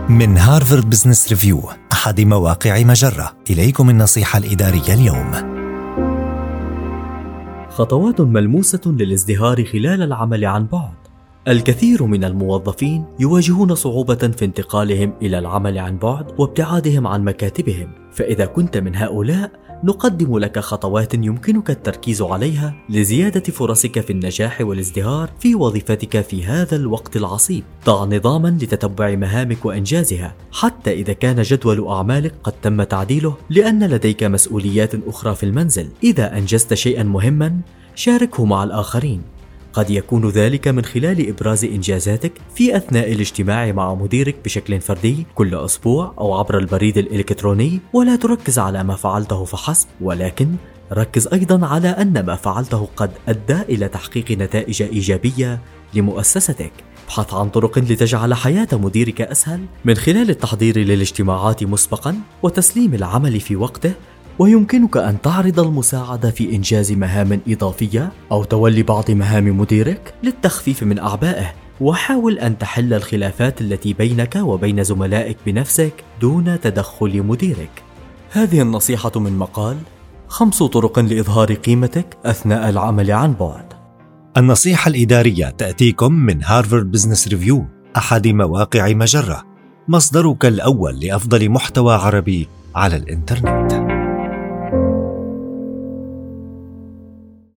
من هارفارد بزنس ريفيو، أحد مواقع مجرة، إليكم النصيحة الإدارية اليوم. خطوات ملموسة للازدهار خلال العمل عن بعد. الكثير من الموظفين يواجهون صعوبة في انتقالهم إلى العمل عن بعد وابتعادهم عن مكاتبهم، فإذا كنت من هؤلاء نقدم لك خطوات يمكنك التركيز عليها لزيادة فرصك في النجاح والازدهار في وظيفتك في هذا الوقت العصيب. ضع نظاما لتتبع مهامك وإنجازها، حتى إذا كان جدول أعمالك قد تم تعديله لأن لديك مسؤوليات أخرى في المنزل. إذا أنجزت شيئا مهما شاركه مع الآخرين، قد يكون ذلك من خلال إبراز إنجازاتك في أثناء الاجتماع مع مديرك بشكل فردي كل أسبوع أو عبر البريد الإلكتروني. ولا تركز على ما فعلته فحسب، ولكن ركز أيضا على أن ما فعلته قد أدى إلى تحقيق نتائج إيجابية لمؤسستك. ابحث عن طرق لتجعل حياة مديرك أسهل من خلال التحضير للاجتماعات مسبقا وتسليم العمل في وقته، ويمكنك أن تعرض المساعدة في إنجاز مهام إضافية أو تولي بعض مهام مديرك للتخفيف من أعبائه. وحاول أن تحل الخلافات التي بينك وبين زملائك بنفسك دون تدخل مديرك. هذه النصيحة من مقال 5 طرق لإظهار قيمتك أثناء العمل عن بعد. النصيحة الإدارية تأتيكم من هارفارد بزنس ريفيو، أحد مواقع مجرة، مصدرك الأول لأفضل محتوى عربي على الإنترنت.